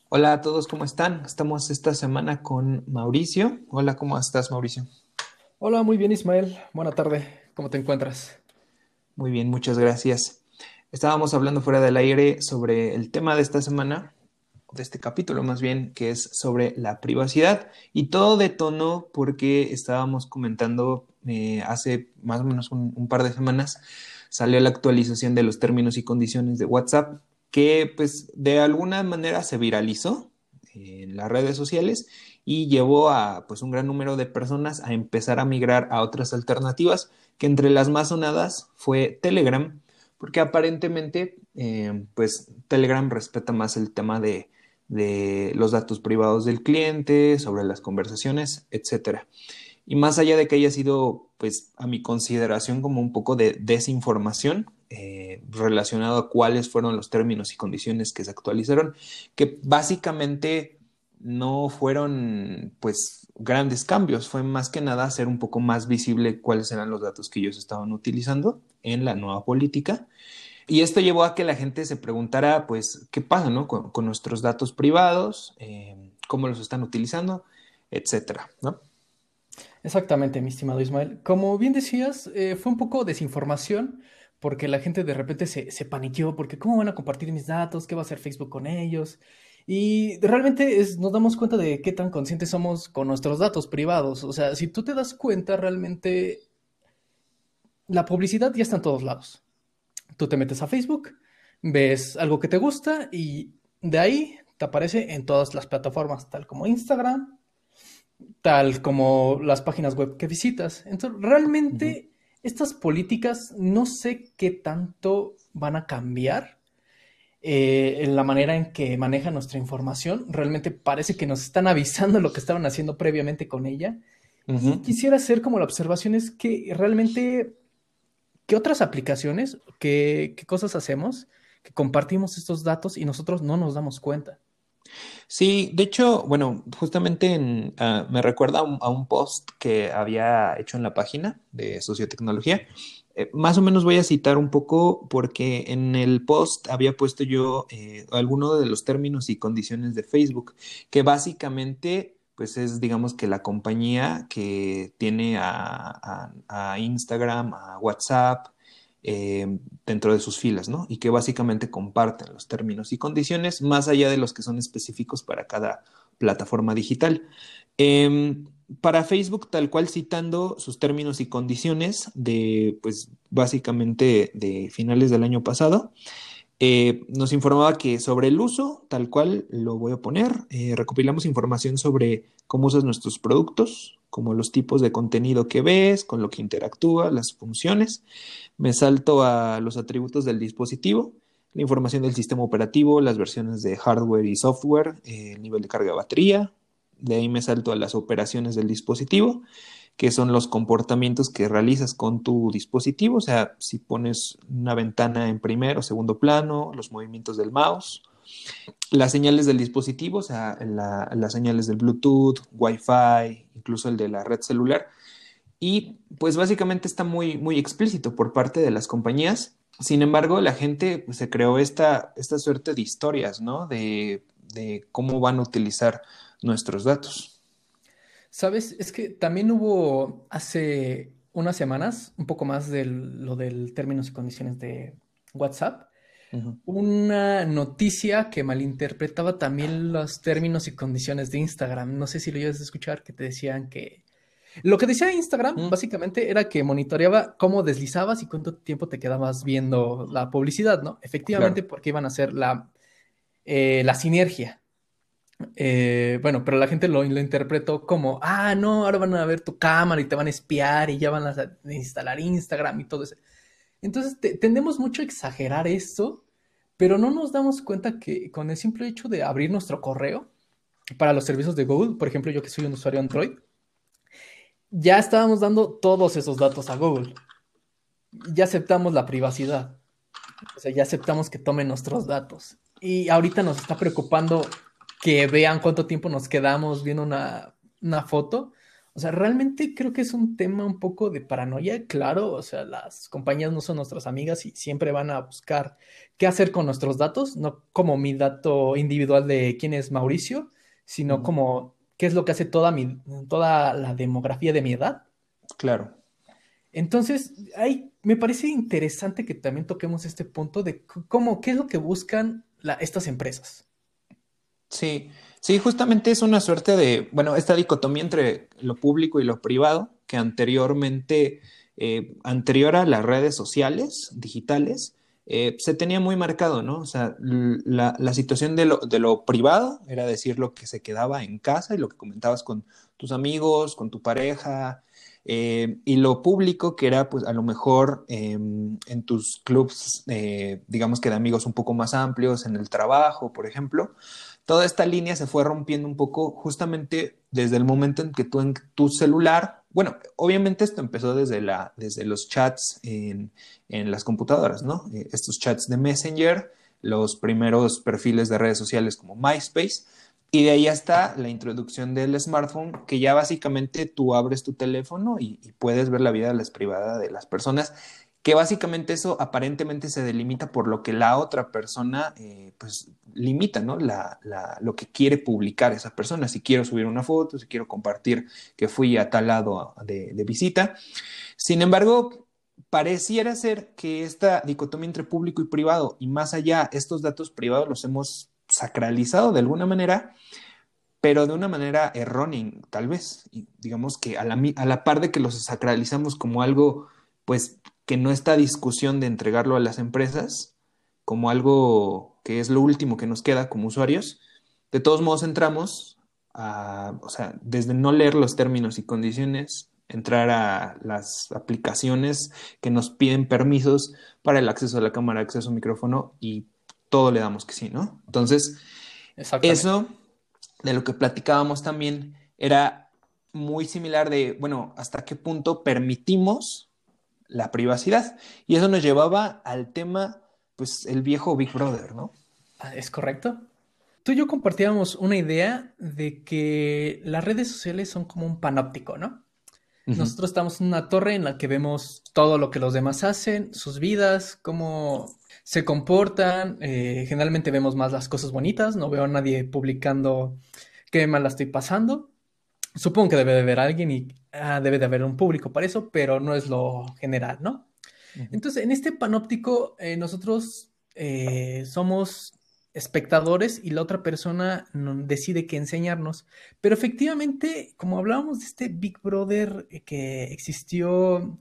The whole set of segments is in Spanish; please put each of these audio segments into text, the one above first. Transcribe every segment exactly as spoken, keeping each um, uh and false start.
Hola a todos, ¿cómo están? Estamos esta semana con Mauricio. Hola, ¿cómo estás, Mauricio? Hola, muy bien Ismael. Buena tarde. ¿Cómo te encuentras? Muy bien, muchas gracias. Estábamos hablando fuera del aire sobre el tema de esta semana, de este capítulo más bien, que es sobre la privacidad. Y todo detonó porque estábamos comentando eh, hace más o menos un, un par de semanas, salió la actualización de los términos y condiciones de WhatsApp, que pues de alguna manera se viralizó en las redes sociales y llevó a pues un gran número de personas a empezar a migrar a otras alternativas, que entre las más sonadas fue Telegram, porque aparentemente eh, pues Telegram respeta más el tema de, de los datos privados del cliente, sobre las conversaciones, etcétera. Y más allá de que haya sido, pues, a mi consideración como un poco de desinformación eh, relacionado a cuáles fueron los términos y condiciones que se actualizaron, que básicamente no fueron, pues, grandes cambios, fue más que nada hacer un poco más visible cuáles eran los datos que ellos estaban utilizando en la nueva política. Y esto llevó a que la gente se preguntara, pues, ¿qué pasa, no? Con, con nuestros datos privados, eh, cómo los están utilizando, etcétera, ¿no? Exactamente, mi estimado Ismael. Como bien decías, eh, fue un poco desinformación porque la gente de repente se, se paniqueó porque ¿cómo van a compartir mis datos? ¿Qué va a hacer Facebook con ellos? Y realmente es, nos damos cuenta de qué tan conscientes somos con nuestros datos privados. O sea, si tú te das cuenta, realmente la publicidad ya está en todos lados. Tú te metes a Facebook, ves algo que te gusta y de ahí te aparece en todas las plataformas, tal como Instagram, tal como las páginas web que visitas. Entonces, Ujú. realmente estas políticas no sé qué tanto van a cambiar eh, en la manera en que manejan nuestra información. Realmente parece que nos están avisando lo que estaban haciendo previamente con ella. Y Ujú. quisiera hacer como la observación es que realmente, ¿qué otras aplicaciones, qué, qué cosas hacemos que compartimos estos datos y nosotros no nos damos cuenta? Sí, de hecho, bueno, justamente en, ah, me recuerda a un, a un post que había hecho en la página de sociotecnología. Eh, más o menos voy a citar un poco porque en el post había puesto yo eh, algunos de los términos y condiciones de Facebook, que básicamente, pues es, digamos que la compañía que tiene a, a- a Instagram, a WhatsApp, eh, dentro de sus filas, ¿no? Y que básicamente comparten los términos y condiciones más allá de los que son específicos para cada plataforma digital. Eh, para Facebook, tal cual citando sus términos y condiciones de, pues básicamente de finales del año pasado, eh, nos informaba que sobre el uso, tal cual lo voy a poner, eh, recopilamos información sobre cómo usas nuestros productos, como los tipos de contenido que ves, con lo que interactúa, las funciones. Me salto a los atributos del dispositivo, la información del sistema operativo, las versiones de hardware y software, eh, el nivel de carga de batería. De ahí me salto a las operaciones del dispositivo, que son los comportamientos que realizas con tu dispositivo, o sea, si pones una ventana en primer o segundo plano, los movimientos del mouse, las señales del dispositivo, o sea, la- las señales del Bluetooth, Wi-Fi, incluso el de la red celular. Y pues básicamente está muy, muy explícito por parte de las compañías. Sin embargo, la gente pues, se creó esta, esta suerte de historias, ¿no? De, de cómo van a utilizar nuestros datos. ¿Sabes? Es que también hubo hace unas semanas, un poco más de lo del términos y condiciones de WhatsApp, Ujú. una noticia que malinterpretaba también los términos y condiciones de Instagram. No sé si lo ibas a escuchar, que te decían que... Lo que decía Instagram Mm, básicamente era que monitoreaba cómo deslizabas y cuánto tiempo te quedabas viendo la publicidad, ¿no? Efectivamente, claro. porque iban a hacer la, eh, la sinergia. Eh, bueno, pero la gente lo, lo interpretó como, ah, no, ahora van a ver tu cámara y te van a espiar y ya van a instalar Instagram y todo eso. Entonces te- tendemos mucho a exagerar esto, pero no nos damos cuenta que con el simple hecho de abrir nuestro correo para los servicios de Google, por ejemplo, yo que soy un usuario Android, ya estábamos dando todos esos datos a Google. Ya aceptamos la privacidad, o sea, ya aceptamos que tomen nuestros datos. Y ahorita nos está preocupando que vean cuánto tiempo nos quedamos viendo una, una foto. O sea, realmente creo que es un tema un poco de paranoia, claro, o sea, las compañías no son nuestras amigas y siempre van a buscar qué hacer con nuestros datos, no como mi dato individual de quién es Mauricio, sino Ujú. como qué es lo que hace toda mi, toda la demografía de mi edad. Claro. Entonces, hay, me parece interesante que también toquemos este punto de c- cómo, qué es lo que buscan la- estas empresas. Sí, sí, justamente es una suerte de, bueno, esta dicotomía entre lo público y lo privado, que anteriormente, eh, anterior a las redes sociales digitales, eh, se tenía muy marcado, ¿no? O sea, l- la, la situación de lo, de lo privado era decir lo que se quedaba en casa y lo que comentabas con tus amigos, con tu pareja, eh, y lo público, que era, pues, a lo mejor em, en tus clubs, eh, digamos que de amigos un poco más amplios, en el trabajo, por ejemplo. Toda esta línea se fue rompiendo un poco justamente desde el momento en que tú en tu celular, bueno, obviamente esto empezó desde, la, desde los chats en, en las computadoras, ¿no? Eh, estos chats de Messenger, los primeros perfiles de redes sociales como MySpace, y de ahí hasta la introducción del smartphone, que ya básicamente tú abres tu teléfono y, y puedes ver la vida privada de las personas, que básicamente eso aparentemente se delimita por lo que la otra persona eh, pues limita, ¿no? La, la, lo que quiere publicar esa persona. Si quiero subir una foto, si quiero compartir que fui a tal lado de, de visita. Sin embargo, pareciera ser que esta dicotomía entre público y privado y más allá, estos datos privados los hemos sacralizado de alguna manera, pero de una manera errónea, tal vez. Y digamos que a la, a la par de que los sacralizamos como algo, pues, que no está a discusión de entregarlo a las empresas, como algo que es lo último que nos queda como usuarios, de todos modos entramos a, o sea, desde no leer los términos y condiciones, entrar a las aplicaciones que nos piden permisos para el acceso a la cámara, acceso al micrófono y todo le damos que sí, ¿no? Entonces, Exactamente. eso de lo que platicábamos también era muy similar de, bueno, hasta qué punto permitimos la privacidad. Y eso nos llevaba al tema, pues, el viejo Big Brother, ¿no? Ah, ¿es correcto? Tú y yo compartíamos una idea de que las redes sociales son como un panóptico, ¿no? Ujú. Nosotros estamos en una torre en la que vemos todo lo que los demás hacen, sus vidas, cómo se comportan. Eh, generalmente vemos más las cosas bonitas. No veo a nadie publicando qué mal la estoy pasando. Supongo que debe de haber alguien y ah, debe de haber un público para eso, pero no es lo general, ¿no? Ujú. Entonces, en este panóptico, eh, nosotros eh, somos espectadores y la otra persona no- decide qué enseñarnos. Pero efectivamente, como hablábamos de este Big Brother eh, que existió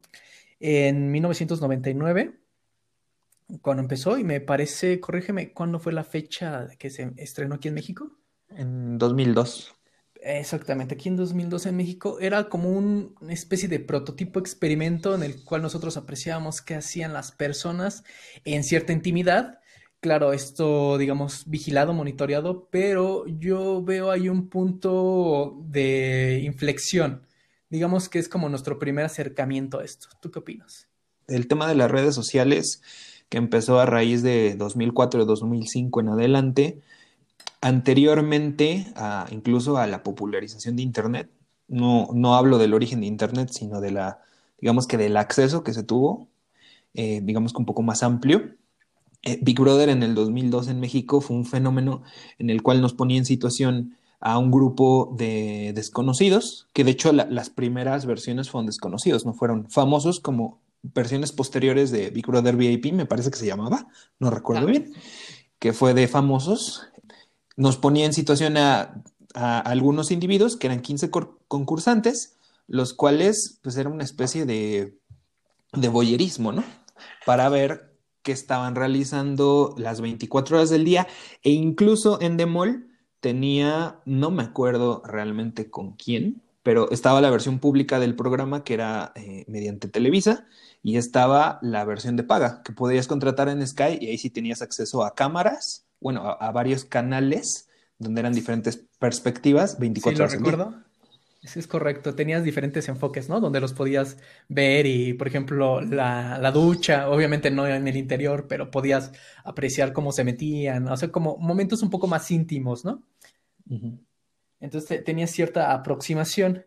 en mil novecientos noventa y nueve, cuando empezó, y me parece, corrígeme, ¿cuándo fue la fecha que se estrenó aquí en México? En dos mil dos. Exactamente, aquí en dos mil doce en México era como un- una especie de prototipo experimento en el cual nosotros apreciábamos qué hacían las personas en cierta intimidad. Claro, esto, digamos, vigilado, monitoreado, pero yo veo ahí un punto de inflexión. Digamos que es como nuestro primer acercamiento a esto. ¿Tú qué opinas? El tema de las redes sociales, que empezó a raíz de dos mil cuatro, dos mil cinco en adelante, anteriormente a, incluso a la popularización de Internet. No, no hablo del origen de Internet, sino de la, digamos que del acceso que se tuvo, eh, digamos que un poco más amplio. Eh, Big Brother en el dos mil dos en México fue un fenómeno en el cual nos ponía en situación a un grupo de desconocidos, que de hecho la, las primeras versiones fueron desconocidos, no fueron famosos como versiones posteriores de Big Brother V I P, me parece que se llamaba, no recuerdo Ah, bien, que fue de famosos. Nos ponía en situación a, a algunos individuos que eran quince concursantes, los cuales pues era una especie de, de voyerismo, ¿no? Para ver qué estaban realizando las veinticuatro horas del día e incluso en Demol tenía, no me acuerdo realmente con quién, pero estaba la versión pública del programa que era eh, mediante Televisa y estaba la versión de paga que podías contratar en Sky y ahí sí tenías acceso a cámaras, bueno, a, a varios canales donde eran diferentes perspectivas sí, veinticuatro lo horas al día. recuerdo. Sí, es correcto. Tenías diferentes enfoques, ¿no? Donde los podías ver y, por ejemplo, la, la ducha, obviamente no en el interior, pero podías apreciar cómo se metían, o sea, como momentos un poco más íntimos, ¿no? Uh -huh. Entonces te- tenías cierta aproximación.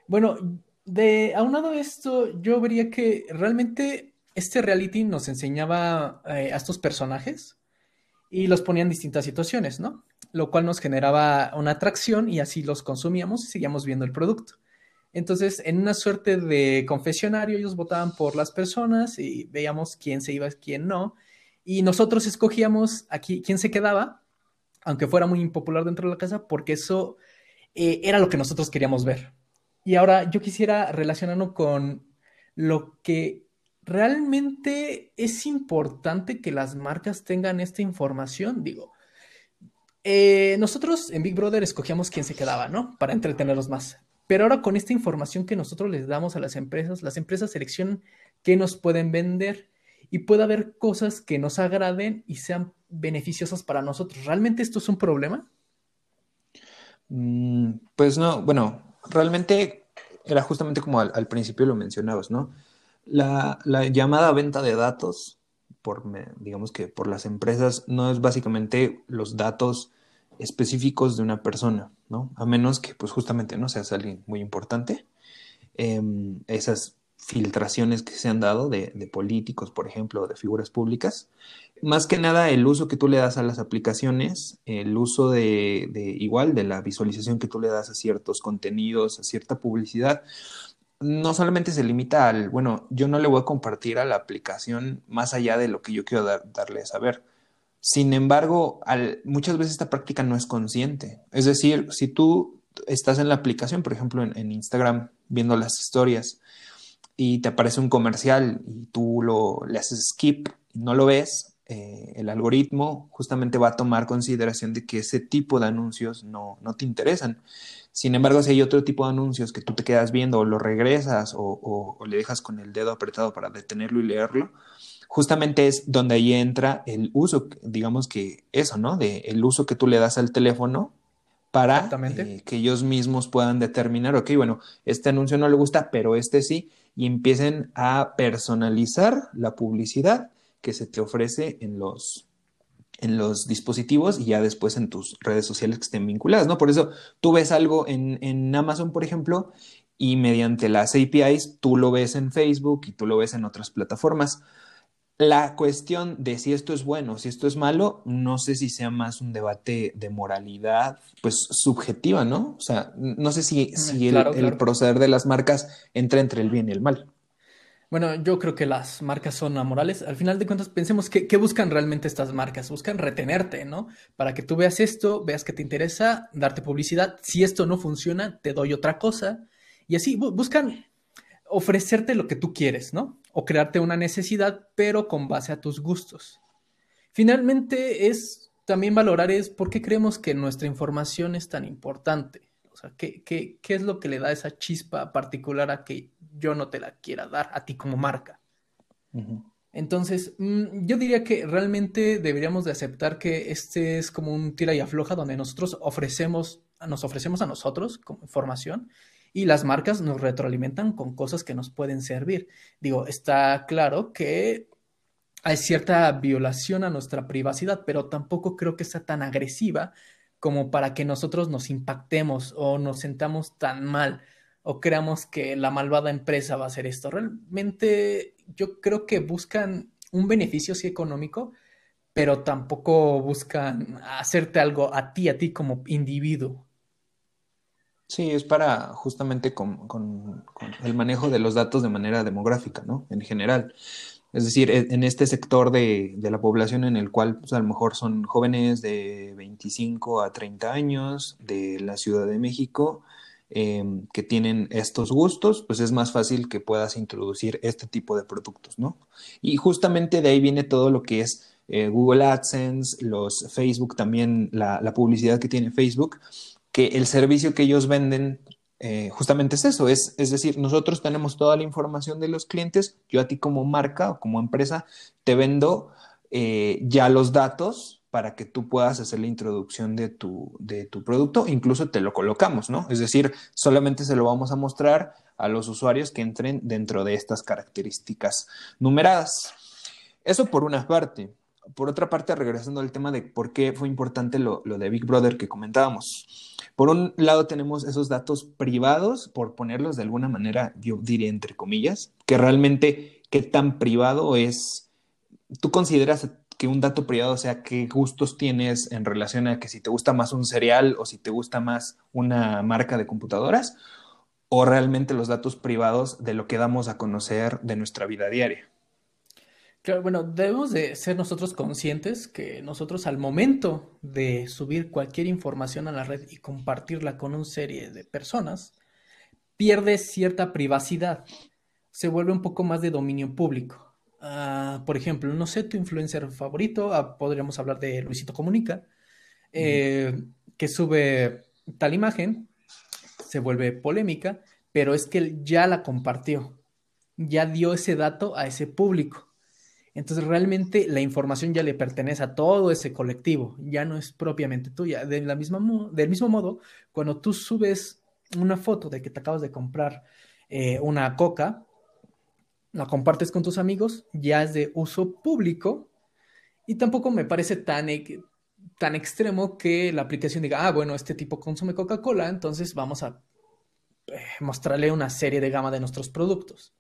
Bueno, de aunado a esto, yo vería que realmente este reality nos enseñaba eh, a estos personajes y los ponía en distintas situaciones, ¿no? Lo cual nos generaba una atracción y así los consumíamos y seguíamos viendo el producto. Entonces, en una suerte de confesionario, ellos votaban por las personas y veíamos quién se iba, quién no. Y nosotros escogíamos aquí quién se quedaba, aunque fuera muy impopular dentro de la casa, porque eso eh, era lo que nosotros queríamos ver. Y ahora yo quisiera relacionarlo con lo que realmente es importante que las marcas tengan esta información. Digo, eh, nosotros en Big Brother escogíamos quién se quedaba, ¿no? Para entretenerlos más. Pero ahora con esta información que nosotros les damos a las empresas, las empresas seleccionan qué nos pueden vender y puede haber cosas que nos agraden y sean beneficiosas para nosotros. ¿Realmente esto es un problema? Mm, pues no, bueno, realmente era justamente como al, al principio lo mencionabas, ¿no? La, la llamada venta de datos, por, me- digamos que por las empresas, no es básicamente los datos específicos de una persona, ¿no? A menos que, pues justamente, ¿no? Seas alguien muy importante. Em, esas filtraciones que se han dado de, de políticos, por ejemplo, o de figuras públicas. Más que nada el uso que tú le das a las aplicaciones, el uso de, de igual de la visualización que tú le das a ciertos contenidos, a cierta publicidad, no solamente se limita al, bueno, yo no le voy a compartir a la aplicación más allá de lo que yo quiero dar- darle a saber. Sin embargo, al- muchas veces esta práctica no es consciente. Es decir, si tú estás en la aplicación, por ejemplo, en, en Instagram, viendo las historias y te aparece un comercial y tú lo, le haces skip y no lo ves, eh, el algoritmo justamente va a tomar consideración de que ese tipo de anuncios no, no te interesan. Sin embargo, si hay otro tipo de anuncios que tú te quedas viendo o lo regresas o, o, o le dejas con el dedo apretado para detenerlo y leerlo, justamente es donde ahí entra el uso, digamos que eso, ¿no? De el uso que tú le das al teléfono para Exactamente. eh, que ellos mismos puedan determinar, ok, bueno, este anuncio no le gusta, pero este sí, y empiecen a personalizar la publicidad que se te ofrece en los, en los dispositivos y ya después en tus redes sociales que estén vinculadas, ¿no? Por eso tú ves algo en, en Amazon, por ejemplo, y mediante las A P Is tú lo ves en Facebook y tú lo ves en otras plataformas. La cuestión de si esto es bueno, si esto es malo, no sé si sea más un debate de moralidad, pues subjetiva, ¿no? O sea, no sé si, Mm, si el, Claro, el claro. proceder de las marcas entra entre el bien y el mal. Bueno, yo creo que las marcas son amorales. Al final de cuentas, pensemos que, qué buscan realmente estas marcas. Buscan retenerte, ¿no? Para que tú veas esto, veas que te interesa, darte publicidad. Si esto no funciona, te doy otra cosa. Y así bu- buscan ofrecerte lo que tú quieres, ¿no? O crearte una necesidad, pero con base a tus gustos. Finalmente es también valorar es por qué creemos que nuestra información es tan importante. O sea, ¿qué, qué, qué es lo que le da esa chispa particular a que yo no te la quiera dar a ti como marca? Ujú. Entonces, mm, yo diría que realmente deberíamos de aceptar que este es como un tira y afloja donde nosotros ofrecemos, nos ofrecemos a nosotros como información y las marcas nos retroalimentan con cosas que nos pueden servir. Digo, está claro que hay cierta violación a nuestra privacidad, pero tampoco creo que sea tan agresiva como para que nosotros nos impactemos o nos sentamos tan mal o creamos que la malvada empresa va a hacer esto. Realmente yo creo que buscan un beneficio sí económico, pero tampoco buscan hacerte algo a ti, a ti como individuo. Sí, es para justamente con, con- con el manejo de los datos de manera demográfica, ¿no? En general. Es decir, e- en este sector de, de la población en el cual pues, a lo mejor son jóvenes de veinticinco a treinta años de la Ciudad de México eh, que tienen estos gustos, pues es más fácil que puedas introducir este tipo de productos, ¿no? Y justamente de ahí viene todo lo que es eh, Google AdSense, los Facebook también, la, la publicidad que tiene Facebook, que el servicio que ellos venden eh, justamente es eso, es, es decir, nosotros tenemos toda la información de los clientes, yo a ti como marca o como empresa te vendo eh, ya los datos para que tú puedas hacer la introducción de tu, de tu producto, incluso te lo colocamos, ¿no? Es decir, solamente se lo vamos a mostrar a los usuarios que entren dentro de estas características numeradas. Eso por una parte. por otra parte, regresando al tema de por qué fue importante lo, lo de Big Brother que comentábamos. Por un lado tenemos esos datos privados, por ponerlos de alguna manera, yo diría entre comillas, que realmente qué tan privado es. ¿Tú consideras que un dato privado, o sea, qué gustos tienes en relación a que si te gusta más un cereal o si te gusta más una marca de computadoras? ¿O realmente los datos privados de lo que damos a conocer de nuestra vida diaria? Claro, bueno, debemos de ser nosotros conscientes que nosotros al momento de subir cualquier información a la red y compartirla con una serie de personas, pierde cierta privacidad, se vuelve un poco más de dominio público. Ah, por ejemplo, no sé, tu influencer favorito, ah, podríamos hablar de Luisito Comunica, Ujú. eh, que sube tal imagen, se vuelve polémica, pero es que él ya la compartió, ya dio ese dato a ese público. Entonces realmente la información ya le pertenece a todo ese colectivo, ya no es propiamente tuya. De la misma mo- del mismo modo, cuando tú subes una foto de que te acabas de comprar eh, una coca, la compartes con tus amigos, ya es de uso público y tampoco me parece tan, e- tan extremo que la aplicación diga, ah, bueno, este tipo consume Coca-Cola, entonces vamos a eh, mostrarle una serie de gama de nuestros productos.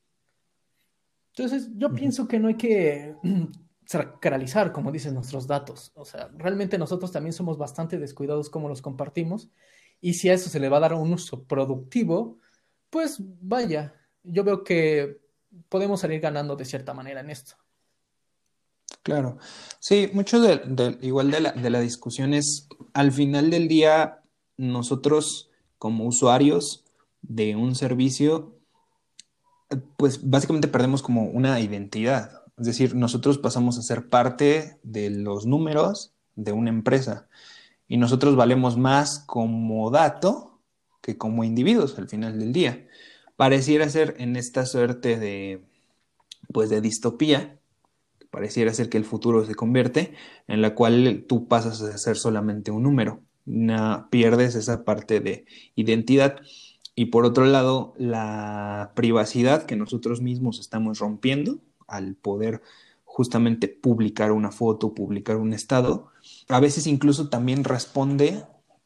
Entonces, yo Ujú. pienso que no hay que sacralizar, como dicen nuestros datos. O sea, realmente nosotros también somos bastante descuidados como los compartimos. Y si a eso se le va a dar un uso productivo, pues vaya, yo veo que podemos salir ganando de cierta manera en esto. Claro. Sí, mucho de, de- igual de la, de la discusión es, al final del día, nosotros como usuarios de un servicio, pues básicamente perdemos como una identidad. Es decir, nosotros pasamos a ser parte de los números de una empresa y nosotros valemos más como dato que como individuos al final del día. Pareciera ser en esta suerte de, pues, de distopía, pareciera ser que el futuro se convierte en la cual tú pasas a ser solamente un número, una, pierdes esa parte de identidad. Y por otro lado, la privacidad que nosotros mismos estamos rompiendo al poder justamente publicar una foto, publicar un estado, a veces incluso también responde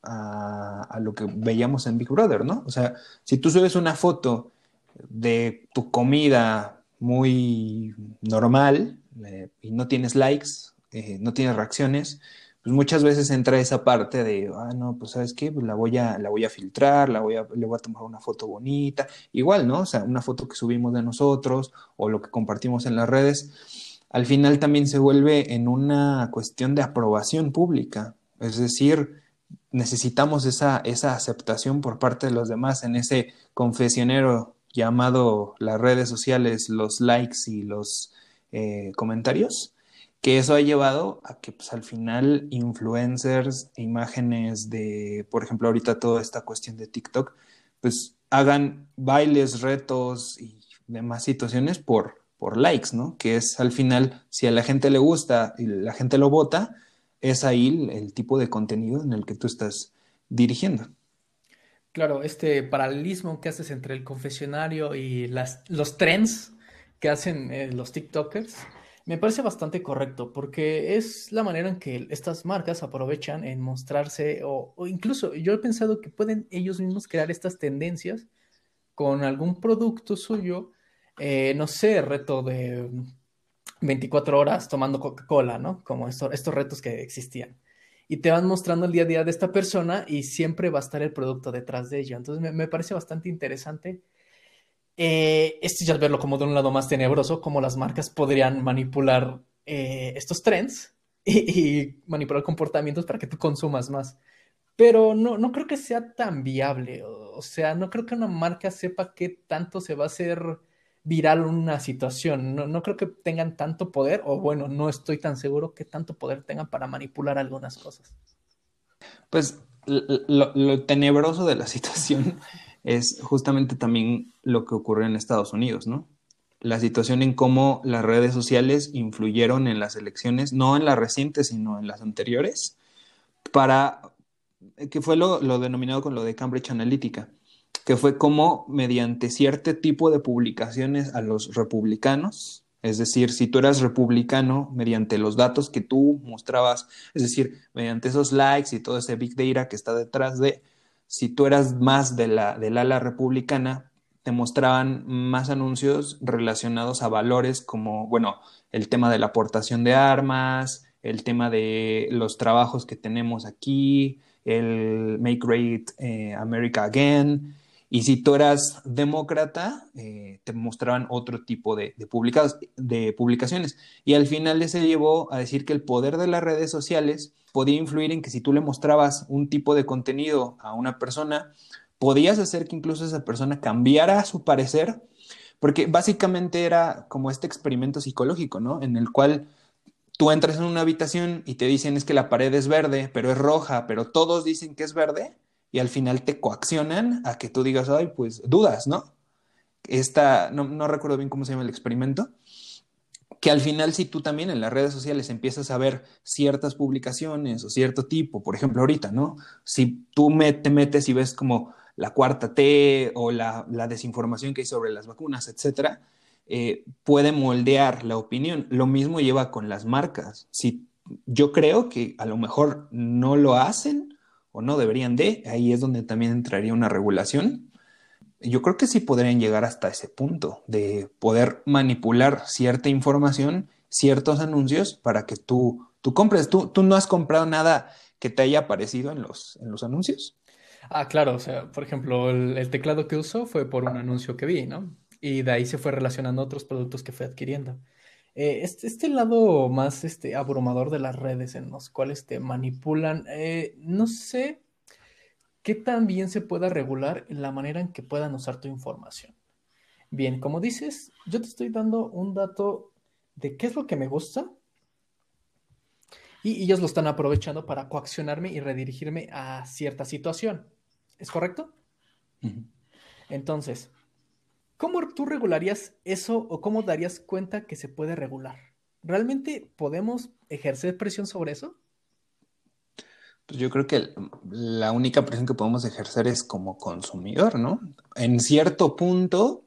a, a lo que veíamos en Big Brother, ¿no? O sea, si tú subes una foto de tu comida muy normal eh, y no tienes likes, eh, no tienes reacciones, pues muchas veces entra esa parte de, ah, no, pues sabes qué, pues la voy a, la voy a filtrar, la voy a, le voy a tomar una foto bonita, igual, ¿no? O sea, una foto que subimos de nosotros o lo que compartimos en las redes, al final también se vuelve en una cuestión de aprobación pública, es decir, necesitamos esa, esa aceptación por parte de los demás en ese confesionero llamado las redes sociales, los likes y los eh, comentarios, que eso ha llevado a que pues, al final influencers, imágenes de, por ejemplo, ahorita toda esta cuestión de TikTok, pues hagan bailes, retos y demás situaciones por, por likes, ¿no? Que es al final, si a la gente le gusta y la gente lo vota, es ahí el, el tipo de contenido en el que tú estás dirigiendo. Claro, este paralelismo que haces entre el confesionario y las, los trends que hacen eh, los TikTokers me parece bastante correcto porque es la manera en que estas marcas aprovechan en mostrarse o, o incluso yo he pensado que pueden ellos mismos crear estas tendencias con algún producto suyo, eh, no sé, reto de veinticuatro horas tomando Coca-Cola, ¿no? Como esto- estos retos que existían. Y te van mostrando el día a día de esta persona y siempre va a estar el producto detrás de ello. Entonces me, me parece bastante interesante. Eh, esto ya es verlo como de un lado más tenebroso, cómo las marcas podrían manipular eh, estos trends y, y manipular comportamientos para que tú consumas más. Pero no, no creo que sea tan viable. O, o sea, no creo que una marca sepa qué tanto se va a hacer viral una situación. No, no creo que tengan tanto poder, o bueno, no estoy tan seguro que tanto poder tengan para manipular algunas cosas. Pues lo, lo tenebroso de la situación es justamente también lo que ocurrió en Estados Unidos, ¿no? La situación en cómo las redes sociales influyeron en las elecciones, no en las recientes, sino en las anteriores, para que fue lo, lo denominado con lo de Cambridge Analytica, que fue como mediante cierto tipo de publicaciones a los republicanos Es decir, si tú eras republicano, mediante los datos que tú mostrabas, es decir, mediante esos likes y todo ese big data que está detrás de, si tú eras más de la, del ala republicana, te mostraban más anuncios relacionados a valores como, bueno, el tema de la aportación de armas, el tema de los trabajos que tenemos aquí, el Make Great eh, America Again. Y si tú eras demócrata, eh, te mostraban otro tipo de, de, publicados, de publicaciones. Y al final se llevó a decir que el poder de las redes sociales podía influir en que si tú le mostrabas un tipo de contenido a una persona, podías hacer que incluso esa persona cambiara su parecer, porque básicamente era como este experimento psicológico, ¿no? En el cual tú entras en una habitación y te dicen es que la pared es verde, pero es roja, pero todos dicen que es verde y al final te coaccionan a que tú digas, ay, pues dudas, ¿no? Esta, no, no recuerdo bien cómo se llama el experimento, que al final si tú también en las redes sociales empiezas a ver ciertas publicaciones o cierto tipo, por ejemplo ahorita, ¿no? Si tú me, te metes y ves como la cuarta T o la, la desinformación que hay sobre las vacunas, etcétera, eh, puede moldear la opinión. Lo mismo lleva con las marcas. Si yo creo que a lo mejor no lo hacen o no deberían de, ahí es donde también entraría una regulación. Yo creo que sí podrían llegar hasta ese punto de poder manipular cierta información, ciertos anuncios para que tú, tú compres. ¿Tú, tú no has comprado nada que te haya aparecido en los, en los anuncios? Ah, claro, o sea, por ejemplo, el, el teclado que uso fue por un anuncio que vi, ¿no? Y de ahí se fue relacionando a otros productos que fui adquiriendo. Eh, este, este lado más este, abrumador de las redes en los cuales te manipulan, eh, no sé qué tan bien se pueda regular la manera en que puedan usar tu información. Bien, como dices, yo te estoy dando un dato de qué es lo que me gusta y ellos lo están aprovechando para coaccionarme y redirigirme a cierta situación. ¿Es correcto? Ujú. Entonces, ¿cómo tú regularías eso o cómo darías cuenta que se puede regular? ¿Realmente podemos ejercer presión sobre eso? Pues yo creo que la única presión que podemos ejercer es como consumidor, ¿no? En cierto punto,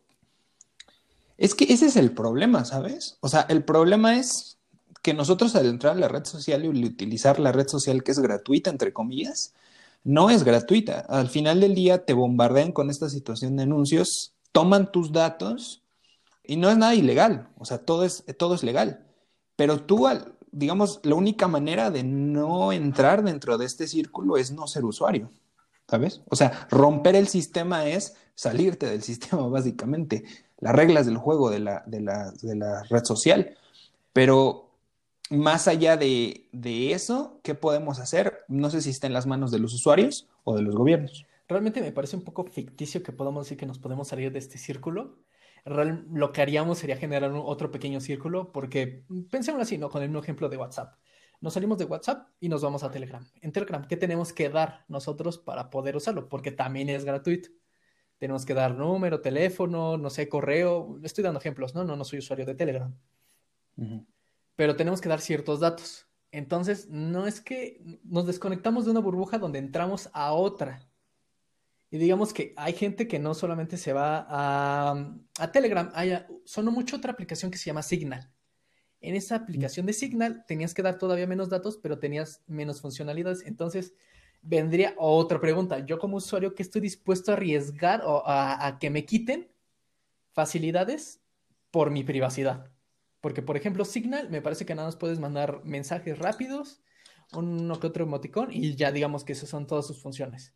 es que ese es el problema, ¿sabes? O sea, el problema es que nosotros al entrar a la red social y utilizar la red social que es gratuita, entre comillas, no es gratuita. Al final del día te bombardean con esta situación de anuncios, toman tus datos y no es nada ilegal. O sea, todo es, todo es legal. Pero tú, al- digamos, la única manera de no entrar dentro de este círculo es no ser usuario. ¿Sabes? O sea, romper el sistema es salirte del sistema, básicamente. Las reglas del juego de la, de la, de la red social. Pero más allá de, de eso, ¿qué podemos hacer? No sé si está en las manos de los usuarios o de los gobiernos. Realmente me parece un poco ficticio que podamos decir que nos podemos salir de este círculo. Real- lo que haríamos sería generar un- otro pequeño círculo, porque mm, pensémoslo así, ¿no? Con el mismo ejemplo de WhatsApp. Nos salimos de WhatsApp y nos vamos a Telegram. En Telegram, ¿qué tenemos que dar nosotros para poder usarlo? Porque también es gratuito. Tenemos que dar número, teléfono, no sé, correo. Estoy dando ejemplos, ¿no? No, no soy usuario de Telegram. Ujú. Pero tenemos que dar ciertos datos. Entonces, no es que nos desconectamos de una burbuja donde entramos a otra. Y digamos que hay gente que no solamente se va a, a Telegram, hay, sonó mucho otra aplicación que se llama Signal. En esa aplicación de Signal tenías que dar todavía menos datos, pero tenías menos funcionalidades. Entonces, vendría otra pregunta. Yo como usuario, ¿qué estoy dispuesto a arriesgar o a, a que me quiten facilidades por mi privacidad? Porque, por ejemplo, Signal me parece que nada más puedes mandar mensajes rápidos, uno que otro emoticón, y ya digamos que esas son todas sus funciones.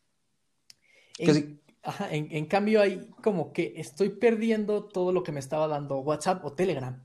Que En, sí, ajá, en, en cambio, hay como que estoy perdiendo todo lo que me estaba dando WhatsApp o Telegram.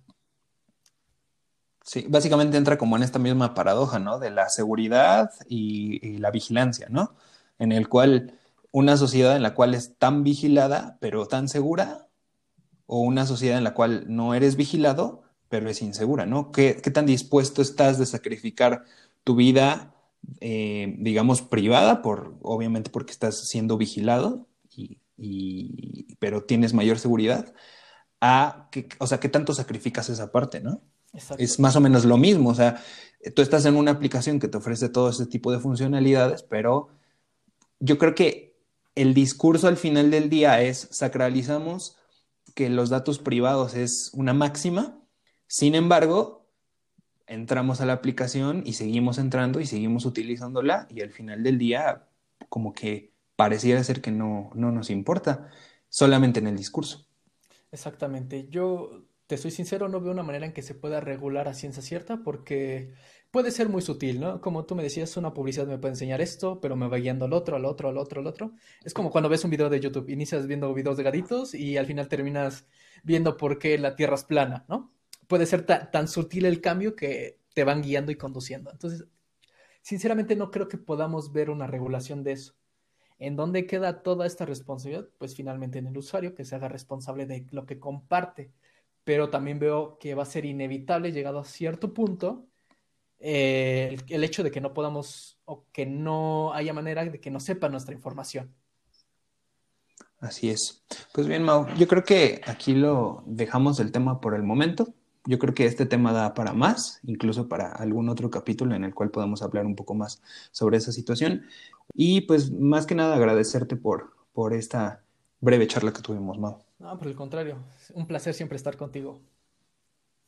sí, básicamente entra como en esta misma paradoja, ¿no? De la seguridad y, y la vigilancia, ¿no? En el cual una sociedad en la cual es tan vigilada, pero tan segura, o una sociedad en la cual no eres vigilado, pero es insegura, ¿no? ¿Qué, qué tan dispuesto estás de sacrificar tu vida, eh, digamos, privada, por, obviamente porque estás siendo vigilado, y, y- pero tienes mayor seguridad, a, que, o sea, qué tanto sacrificas esa parte, ¿no? Es Exacto. más o menos lo mismo, o sea, tú estás en una aplicación que te ofrece todo ese tipo de funcionalidades, pero yo creo que el discurso al final del día es sacralizamos que los datos privados es una máxima. Sin embargo, entramos a la aplicación y seguimos entrando y seguimos utilizándola y al final del día como que pareciera ser que no, no nos importa, solamente en el discurso. Exactamente. Yo, te soy sincero, no veo una manera en que se pueda regular a ciencia cierta porque puede ser muy sutil, ¿no? Como tú me decías, una publicidad me puede enseñar esto, pero me va guiando al otro, al otro, al otro, al otro. Es como cuando ves un video de YouTube, inicias viendo videos de gatitos y al final terminas viendo por qué la Tierra es plana, ¿no? Puede ser ta- tan sutil el cambio que te van guiando y conduciendo. Entonces, sinceramente no creo que podamos ver una regulación de eso. ¿En dónde queda toda esta responsabilidad? Pues finalmente en el usuario, que se haga responsable de lo que comparte. Pero también veo que va a ser inevitable, llegado a cierto punto, eh, el, el hecho de que no podamos o que no haya manera de que no sepa nuestra información. Así es. Pues bien, Mau, yo creo que aquí lo dejamos el tema por el momento. Yo creo que este tema da para más, incluso para algún otro capítulo en el cual podamos hablar un poco más sobre esa situación. Y pues más que nada agradecerte por, por esta breve charla que tuvimos, Mau. No, por el contrario, un placer siempre estar contigo.